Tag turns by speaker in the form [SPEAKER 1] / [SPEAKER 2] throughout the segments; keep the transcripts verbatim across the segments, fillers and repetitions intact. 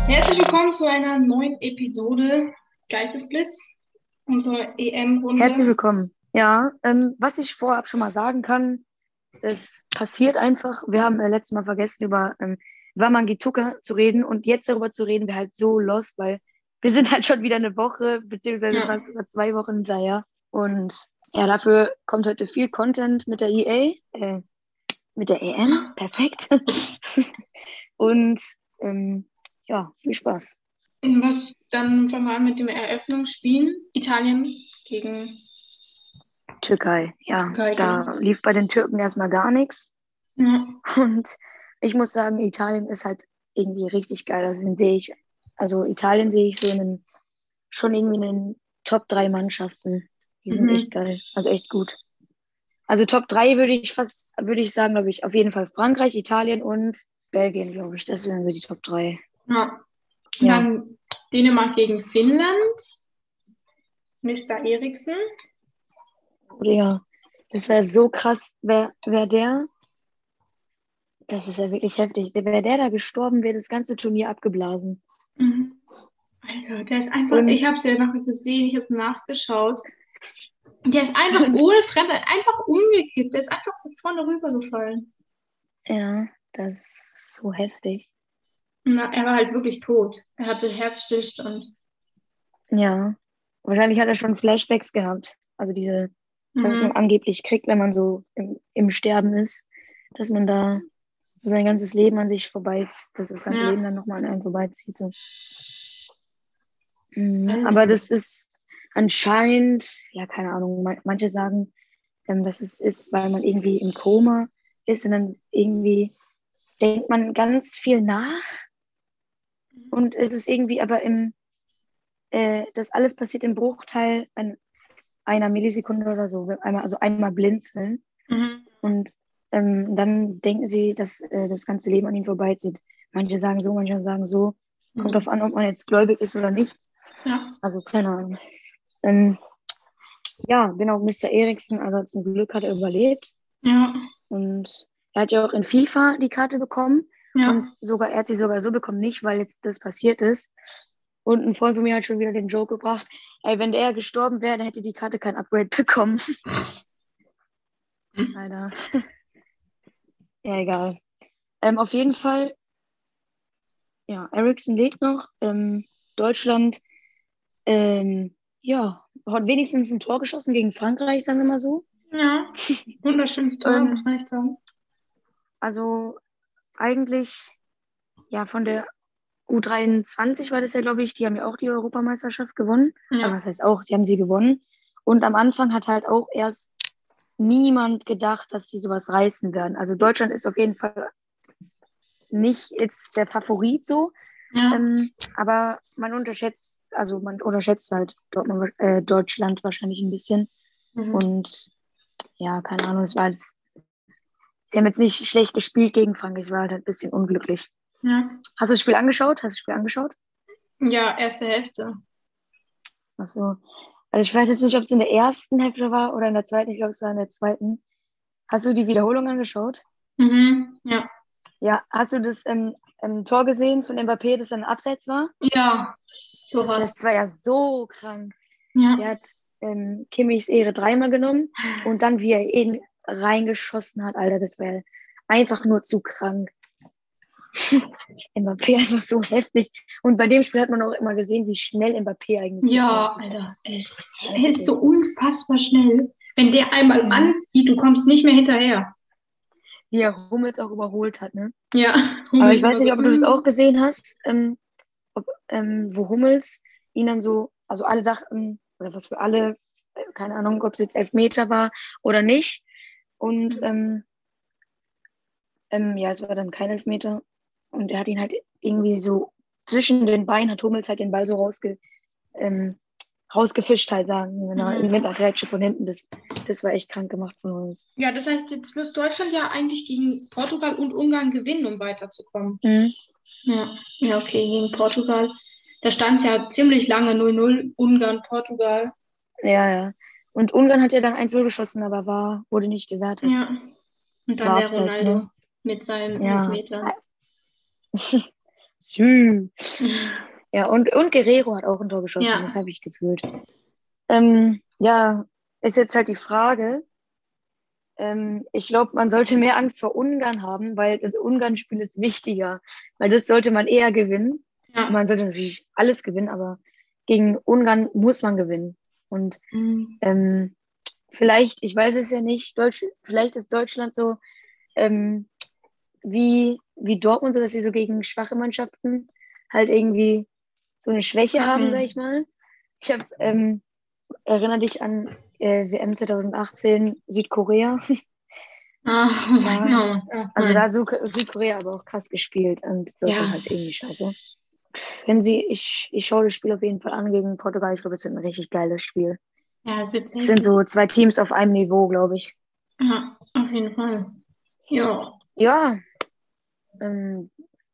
[SPEAKER 1] Herzlich willkommen zu einer neuen Episode Geistesblitz, unsere E M-Runde.
[SPEAKER 2] Herzlich willkommen. Ja, ähm, was ich vorab schon mal sagen kann, es passiert einfach. Wir haben äh, letztes Mal vergessen, über ähm, Wamangituka zu reden und jetzt darüber zu reden, wäre halt so lost, weil wir sind halt schon wieder eine Woche, beziehungsweise
[SPEAKER 1] Ja.
[SPEAKER 2] fast sogar zwei Wochen hinterher. Und ja, dafür kommt heute viel Content mit der E A, äh, mit der E M. Perfekt. Und ähm, ja, viel Spaß.
[SPEAKER 1] Was, dann fangen wir an mit dem Eröffnungsspiel. Italien gegen
[SPEAKER 2] Türkei, ja.
[SPEAKER 1] Türkei.
[SPEAKER 2] Da lief bei den Türken erstmal gar nichts.
[SPEAKER 1] Ja.
[SPEAKER 2] Und ich muss sagen, Italien ist halt irgendwie richtig geil. Also den sehe ich, also Italien sehe ich so in den, schon irgendwie in den Top drei Mannschaften. Die sind
[SPEAKER 1] Mhm.
[SPEAKER 2] echt geil. Also echt gut. Also Top drei würde ich fast, würde ich sagen, glaube ich, auf jeden Fall Frankreich, Italien und Belgien, glaube ich. Das wären so die Top drei.
[SPEAKER 1] Ja. Und
[SPEAKER 2] Ja.
[SPEAKER 1] dann Dänemark gegen Finnland. Mister Eriksen.
[SPEAKER 2] Ja, das wäre so krass, wäre wär der, das ist ja wirklich heftig, wäre der da gestorben, wäre das ganze Turnier abgeblasen.
[SPEAKER 1] Mhm. Alter, der ist einfach,
[SPEAKER 2] Und
[SPEAKER 1] ich habe es ja nachher gesehen, ich habe nachgeschaut. Der ist einfach ohne Fremde, einfach umgekippt. Der ist einfach von vorne rübergefallen.
[SPEAKER 2] ja, das ist so heftig.
[SPEAKER 1] Na, er war halt wirklich tot. Er hatte Herzstillstand.
[SPEAKER 2] Ja, wahrscheinlich hat er schon Flashbacks gehabt. Also diese, was man
[SPEAKER 1] Mhm.
[SPEAKER 2] angeblich kriegt, wenn man so im, im Sterben ist, dass man da so sein ganzes Leben an sich vorbeizieht, dass das ganze
[SPEAKER 1] Ja.
[SPEAKER 2] Leben dann nochmal an einem vorbeizieht. So. Mhm.
[SPEAKER 1] Alter.
[SPEAKER 2] Aber das ist anscheinend, ja, keine Ahnung, ma- manche sagen, ähm, dass es ist, weil man irgendwie im Koma ist und dann irgendwie denkt man ganz viel nach und es ist irgendwie aber im, äh, das alles passiert im Bruchteil ein, einer Millisekunde oder so, einmal, also einmal blinzeln.
[SPEAKER 1] Mhm.
[SPEAKER 2] Und ähm, dann denken sie, dass äh, das ganze Leben an ihnen vorbeizieht. Manche sagen so, manche sagen so. Kommt
[SPEAKER 1] Mhm.
[SPEAKER 2] drauf an, ob man jetzt gläubig ist oder nicht.
[SPEAKER 1] Ja.
[SPEAKER 2] Also keine Ahnung. Ähm, ja, genau, Mister Eriksen, also zum Glück hat er überlebt.
[SPEAKER 1] Ja.
[SPEAKER 2] Und er hat ja auch in FIFA die Karte bekommen.
[SPEAKER 1] Ja.
[SPEAKER 2] Und sogar, er hat sie sogar so bekommen, nicht weil jetzt das passiert ist. Und ein Freund von mir hat schon wieder den Joke gebracht, ey, wenn der gestorben wäre, dann hätte die Karte kein Upgrade bekommen. Leider. Ja, egal. Ähm, auf jeden Fall, ja, Eriksen lebt noch. Ähm, Deutschland, ähm, ja, hat wenigstens ein Tor geschossen gegen Frankreich, sagen wir mal so.
[SPEAKER 1] Ja. Wunderschönes Tor, muss
[SPEAKER 2] Ähm,
[SPEAKER 1] man echt sagen.
[SPEAKER 2] also eigentlich, ja, von der U dreiundzwanzig war das ja, glaube ich, die haben ja auch die Europameisterschaft gewonnen. Aber
[SPEAKER 1] Ja.
[SPEAKER 2] was heißt auch, sie haben sie gewonnen. Und am Anfang hat halt auch erst niemand gedacht, dass sie sowas reißen werden. Also Deutschland ist auf jeden Fall nicht jetzt der Favorit so,
[SPEAKER 1] Ja.
[SPEAKER 2] ähm, aber man unterschätzt, also man unterschätzt halt Dortmund, äh, Deutschland wahrscheinlich ein bisschen.
[SPEAKER 1] Mhm.
[SPEAKER 2] Und ja, keine Ahnung, es war jetzt, sie haben jetzt nicht schlecht gespielt gegen Frankreich, war halt ein bisschen unglücklich.
[SPEAKER 1] Ja.
[SPEAKER 2] Hast du das Spiel angeschaut? Hast du das Spiel angeschaut?
[SPEAKER 1] Ja, erste Hälfte.
[SPEAKER 2] Achso. Also ich weiß jetzt nicht, ob es in der ersten Hälfte war oder in der zweiten. Ich glaube, es war in der zweiten. Hast du die Wiederholung angeschaut?
[SPEAKER 1] Mhm. Ja.
[SPEAKER 2] Ja. Hast du das ähm, ähm, Tor gesehen von Mbappé, das dann abseits war?
[SPEAKER 1] Ja. Sowas.
[SPEAKER 2] Das war ja so krank.
[SPEAKER 1] Ja.
[SPEAKER 2] Der hat ähm, Kimmichs Ehre dreimal genommen und dann, wie er ihn reingeschossen hat, Alter, das wäre einfach nur zu krank. Mbappé einfach so heftig. Und bei dem Spiel hat man auch immer gesehen, wie schnell Mbappé eigentlich
[SPEAKER 1] Ja,
[SPEAKER 2] ist. Das ist
[SPEAKER 1] Alter. Er ist, er ist
[SPEAKER 2] heftig.
[SPEAKER 1] so unfassbar schnell. Wenn der einmal
[SPEAKER 2] Mhm.
[SPEAKER 1] anzieht, du kommst nicht mehr hinterher.
[SPEAKER 2] Wie er Hummels auch überholt hat, ne?
[SPEAKER 1] Ja.
[SPEAKER 2] Aber ich
[SPEAKER 1] Hummels
[SPEAKER 2] weiß
[SPEAKER 1] immer
[SPEAKER 2] nicht,
[SPEAKER 1] so.
[SPEAKER 2] ob du das auch
[SPEAKER 1] mm.
[SPEAKER 2] gesehen hast, ähm, ob, ähm, wo Hummels ihn dann so, also alle dachten, oder was für alle, äh, keine Ahnung, ob es jetzt Elfmeter war oder nicht. Und ähm, ähm, ja, es war dann kein Elfmeter. Und er hat ihn halt irgendwie so zwischen den Beinen, hat Hummels halt den Ball so rausge, ähm, rausgefischt, halt sagen, wenn er
[SPEAKER 1] Mhm.
[SPEAKER 2] mit einer Grätsche von hinten. Das, das war echt krank gemacht von uns.
[SPEAKER 1] Ja, das heißt, jetzt muss Deutschland ja eigentlich gegen Portugal und Ungarn gewinnen, um weiterzukommen.
[SPEAKER 2] Mhm.
[SPEAKER 1] Ja, ja, okay, gegen Portugal. Da stand ja ziemlich lange null null, Ungarn, Portugal.
[SPEAKER 2] Ja, ja. Und Ungarn hat ja dann eins null geschossen, aber war, wurde nicht gewertet.
[SPEAKER 1] Ja, und dann
[SPEAKER 2] War
[SPEAKER 1] der
[SPEAKER 2] abseits, ne?
[SPEAKER 1] Ronaldo mit seinem
[SPEAKER 2] Ja.
[SPEAKER 1] Elfmeter.
[SPEAKER 2] Sü. Ja, und, und Guerrero hat auch ein Tor geschossen,
[SPEAKER 1] Ja.
[SPEAKER 2] das habe ich gefühlt. Ähm, ja, ist jetzt halt die Frage. Ähm, ich glaube, man sollte mehr Angst vor Ungarn haben, weil das Ungarn-Spiel ist wichtiger. Weil das sollte man eher gewinnen.
[SPEAKER 1] Ja.
[SPEAKER 2] Man sollte natürlich alles gewinnen, aber gegen Ungarn muss man gewinnen. Und
[SPEAKER 1] Mhm.
[SPEAKER 2] ähm, vielleicht, ich weiß es ja nicht, Deutsch, vielleicht ist Deutschland so ähm, wie, wie Dortmund, so dass sie so gegen schwache Mannschaften halt irgendwie so eine Schwäche haben, sag ich mal. Ich habe, ähm, erinnere dich an äh, W M zwanzig achtzehn Südkorea.
[SPEAKER 1] Ah,
[SPEAKER 2] Da,
[SPEAKER 1] ja. Ja,
[SPEAKER 2] also da
[SPEAKER 1] nein.
[SPEAKER 2] hat Süd- Südkorea aber auch krass gespielt und Deutschland
[SPEAKER 1] Ja.
[SPEAKER 2] halt irgendwie scheiße. Wenn sie, ich, ich schaue das Spiel auf jeden Fall an gegen Portugal. Ich glaube, es wird ein richtig geiles Spiel.
[SPEAKER 1] Ja, es wird
[SPEAKER 2] Es sind
[SPEAKER 1] safe.
[SPEAKER 2] so zwei Teams auf einem Niveau, glaube ich.
[SPEAKER 1] Ja, auf jeden Fall. Ja.
[SPEAKER 2] Ja, ähm,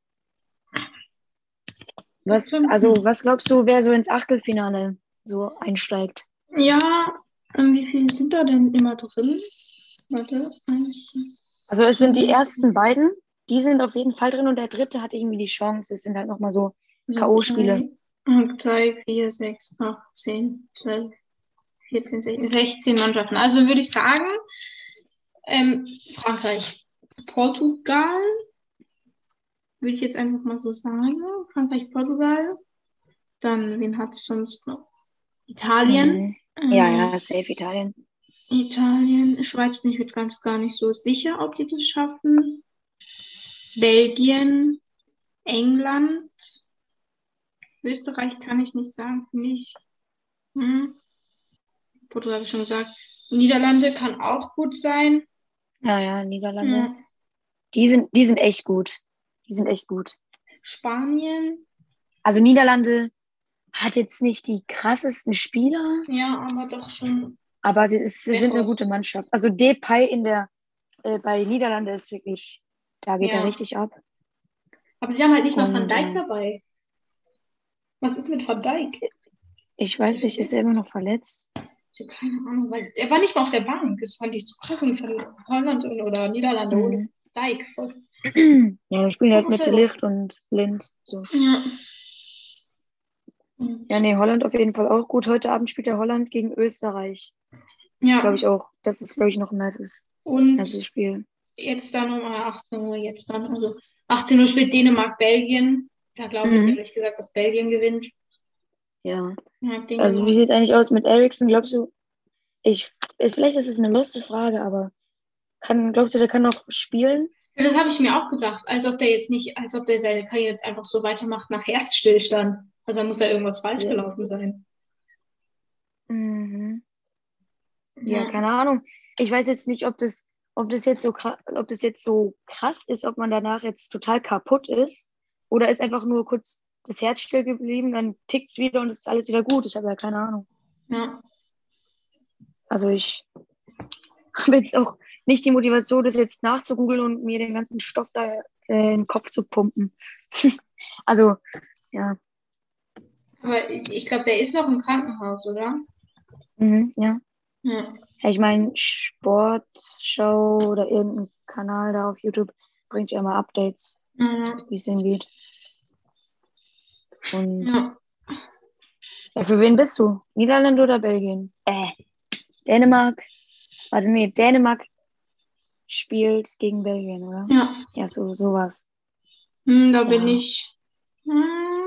[SPEAKER 2] was,
[SPEAKER 1] Ansonsten.
[SPEAKER 2] also was glaubst du, wer so ins Achtelfinale so einsteigt?
[SPEAKER 1] Ja, ähm, wie viele sind da denn immer drin? Warte. Eins,
[SPEAKER 2] Also es sind die
[SPEAKER 1] zwei,
[SPEAKER 2] ersten beiden, die sind auf jeden Fall drin und der dritte hat irgendwie die Chance. Es sind halt nochmal so
[SPEAKER 1] also
[SPEAKER 2] K O-Spiele.
[SPEAKER 1] drei, drei, vier, sechs, acht, zehn, zwölf, vierzehn, sechzehn, sechzehn Mannschaften. Also würde ich sagen, ähm, Frankreich, Portugal, würde ich jetzt einfach mal so sagen. Frankreich, Portugal. Dann, wen hat es sonst noch? Italien.
[SPEAKER 2] Mhm. Ja,
[SPEAKER 1] Ähm,
[SPEAKER 2] ja, safe Italien.
[SPEAKER 1] Italien, Schweiz bin ich jetzt ganz gar nicht so sicher, ob die das schaffen. Belgien, England, Österreich kann ich nicht sagen, finde ich. Hm. Portugal habe ich schon gesagt. Niederlande kann auch gut sein.
[SPEAKER 2] Ja, ja, Niederlande.
[SPEAKER 1] Ja.
[SPEAKER 2] Die sind, die sind echt gut. Die sind echt gut.
[SPEAKER 1] Spanien,
[SPEAKER 2] Also Niederlande hat jetzt nicht die krassesten Spieler,
[SPEAKER 1] ja, aber doch schon
[SPEAKER 2] aber sie, ist, sie sind eine
[SPEAKER 1] Wechos.
[SPEAKER 2] gute Mannschaft. Also Depay in der, äh, bei Niederlande ist wirklich, da geht er
[SPEAKER 1] Ja.
[SPEAKER 2] richtig ab.
[SPEAKER 1] Aber sie haben halt nicht mal Van
[SPEAKER 2] Und
[SPEAKER 1] Dijk
[SPEAKER 2] äh,
[SPEAKER 1] dabei. Was ist mit Van Dijk?
[SPEAKER 2] ich weiß nicht, ist er immer noch verletzt?
[SPEAKER 1] Ich habe keine Ahnung, weil er war nicht mal auf der Bank. Das fand ich so krass. Und von Holland oder Niederlande ohne
[SPEAKER 2] Mhm.
[SPEAKER 1] Dijk.
[SPEAKER 2] Ja, die spielen halt mit De Ligt und Blind. So.
[SPEAKER 1] Ja.
[SPEAKER 2] Ja, nee, Holland auf jeden Fall auch gut. Heute Abend spielt ja Holland gegen Österreich. Das glaube
[SPEAKER 1] Ja.
[SPEAKER 2] ich auch. Das ist, glaube ich, noch ein nices,
[SPEAKER 1] Und
[SPEAKER 2] nices Spiel.
[SPEAKER 1] jetzt dann um achtzehn Uhr, jetzt dann. Also achtzehn Uhr spielt Dänemark, Belgien. Da glaube ich
[SPEAKER 2] Mhm.
[SPEAKER 1] ehrlich gesagt, dass Belgien gewinnt.
[SPEAKER 2] Ja.
[SPEAKER 1] Ja,
[SPEAKER 2] Also, wie
[SPEAKER 1] Dänemark.
[SPEAKER 2] sieht es eigentlich aus mit Eriksen? Glaubst du, ich, vielleicht ist es eine lustige Frage, aber kann, glaubst du, der kann noch spielen?
[SPEAKER 1] Ja, das habe ich mir auch gedacht, als ob der jetzt nicht, als ob der seine Karriere jetzt einfach so weitermacht nach Herzstillstand. Also da muss ja irgendwas falsch
[SPEAKER 2] Ja.
[SPEAKER 1] gelaufen sein.
[SPEAKER 2] Mhm. Ja,
[SPEAKER 1] Ja.
[SPEAKER 2] keine Ahnung. Ich weiß jetzt nicht, ob das, ob das jetzt so krass, ob das jetzt so krass ist, ob man danach jetzt total kaputt ist oder ist einfach nur kurz das Herz still geblieben, dann tickt es wieder und es ist alles wieder gut. Ich habe ja keine Ahnung.
[SPEAKER 1] Ja.
[SPEAKER 2] Also ich habe jetzt auch nicht die Motivation, das jetzt nachzugoogeln und mir den ganzen Stoff da äh, in den Kopf zu pumpen. Also, ja.
[SPEAKER 1] Aber ich, ich glaube, der ist noch im Krankenhaus, oder?
[SPEAKER 2] Mhm, ja.
[SPEAKER 1] Ja.
[SPEAKER 2] Ja, ich meine, Sportschau oder irgendein Kanal da auf YouTube bringt ja immer Updates,
[SPEAKER 1] Ja.
[SPEAKER 2] wie es ihm geht. Und
[SPEAKER 1] Ja.
[SPEAKER 2] ja, für wen bist du? Niederlande oder Belgien? Äh, Dänemark. Warte, nee, Dänemark spielt gegen Belgien, oder?
[SPEAKER 1] Ja.
[SPEAKER 2] Ja, so, sowas.
[SPEAKER 1] Hm, da bin
[SPEAKER 2] Ja,
[SPEAKER 1] ich. Hm,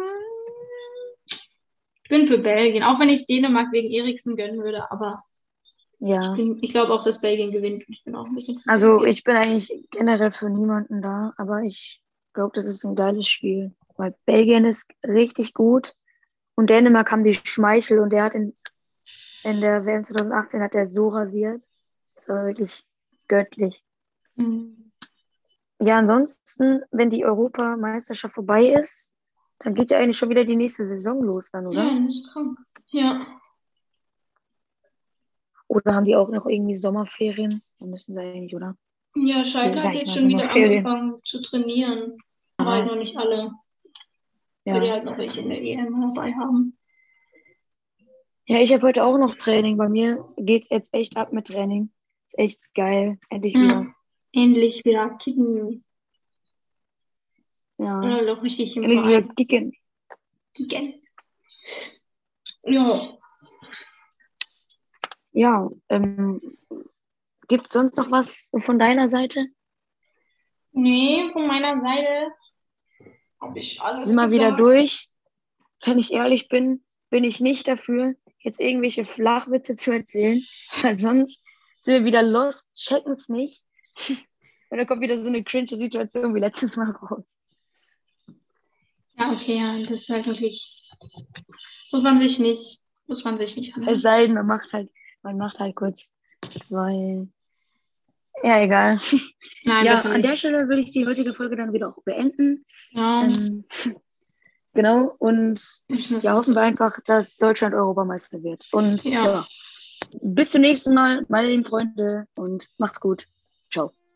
[SPEAKER 1] ich bin für Belgien, auch wenn ich es Dänemark wegen Eriksen gönnen würde, aber ich
[SPEAKER 2] ja.
[SPEAKER 1] bin, ich glaube auch, dass Belgien gewinnt. Ich bin auch ein bisschen für
[SPEAKER 2] Also
[SPEAKER 1] Belgien.
[SPEAKER 2] ich bin eigentlich generell für niemanden da, aber ich glaube, das ist ein geiles Spiel. Weil Belgien ist richtig gut und Dänemark haben die Schmeichel und der hat in, in der W M zwanzig achtzehn hat der so rasiert. Das war wirklich göttlich.
[SPEAKER 1] Hm.
[SPEAKER 2] Ja, ansonsten, wenn die Europameisterschaft vorbei ist, dann geht ja eigentlich schon wieder die nächste Saison los dann,
[SPEAKER 1] Ja,
[SPEAKER 2] oder?
[SPEAKER 1] das ist krank. Ja.
[SPEAKER 2] Oder haben die auch noch irgendwie Sommerferien? Dann müssen sie eigentlich, oder?
[SPEAKER 1] Ja,
[SPEAKER 2] So,
[SPEAKER 1] Schalke hat
[SPEAKER 2] sag ich
[SPEAKER 1] jetzt
[SPEAKER 2] mal,
[SPEAKER 1] schon wieder
[SPEAKER 2] Sommerferien.
[SPEAKER 1] angefangen zu trainieren. Aber halt
[SPEAKER 2] Aha,
[SPEAKER 1] noch nicht alle, weil die
[SPEAKER 2] ja.
[SPEAKER 1] halt noch welche in der E M dabei haben.
[SPEAKER 2] Ja, ich habe heute auch noch Training. Bei mir geht's jetzt echt ab mit Training. Ist echt geil. Endlich wieder.
[SPEAKER 1] Ja. Ähnlich wie Kicken.
[SPEAKER 2] Ja.
[SPEAKER 1] Oder doch richtig im
[SPEAKER 2] Kann ich wieder
[SPEAKER 1] Verein.
[SPEAKER 2] kicken.
[SPEAKER 1] Kicken. Ja.
[SPEAKER 2] Ja, ähm, gibt es sonst noch was von deiner Seite?
[SPEAKER 1] Nee, von meiner Seite habe ich alles
[SPEAKER 2] Sind wir wieder
[SPEAKER 1] gesagt.
[SPEAKER 2] durch? Wenn ich ehrlich bin, bin ich nicht dafür, jetzt irgendwelche Flachwitze zu erzählen, weil sonst sind wir wieder lost, checken es nicht. Und dann kommt wieder so eine cringe Situation wie letztes Mal raus.
[SPEAKER 1] Ja, okay, ja, das ist halt wirklich, muss man sich nicht, muss man sich nicht
[SPEAKER 2] Es
[SPEAKER 1] anhören.
[SPEAKER 2] sei denn, man macht halt, man macht halt kurz zwei. Ja, egal.
[SPEAKER 1] Nein,
[SPEAKER 2] Ja,
[SPEAKER 1] besser
[SPEAKER 2] an der
[SPEAKER 1] nicht.
[SPEAKER 2] Stelle würde ich die heutige Folge dann wieder auch beenden.
[SPEAKER 1] Ja,
[SPEAKER 2] Ähm, genau, und
[SPEAKER 1] müssen das
[SPEAKER 2] ja,
[SPEAKER 1] auch
[SPEAKER 2] hoffen
[SPEAKER 1] so.
[SPEAKER 2] wir einfach, dass Deutschland Europameister wird. Und
[SPEAKER 1] Ja.
[SPEAKER 2] ja, bis zum nächsten Mal, meine lieben Freunde, und macht's gut. Ciao.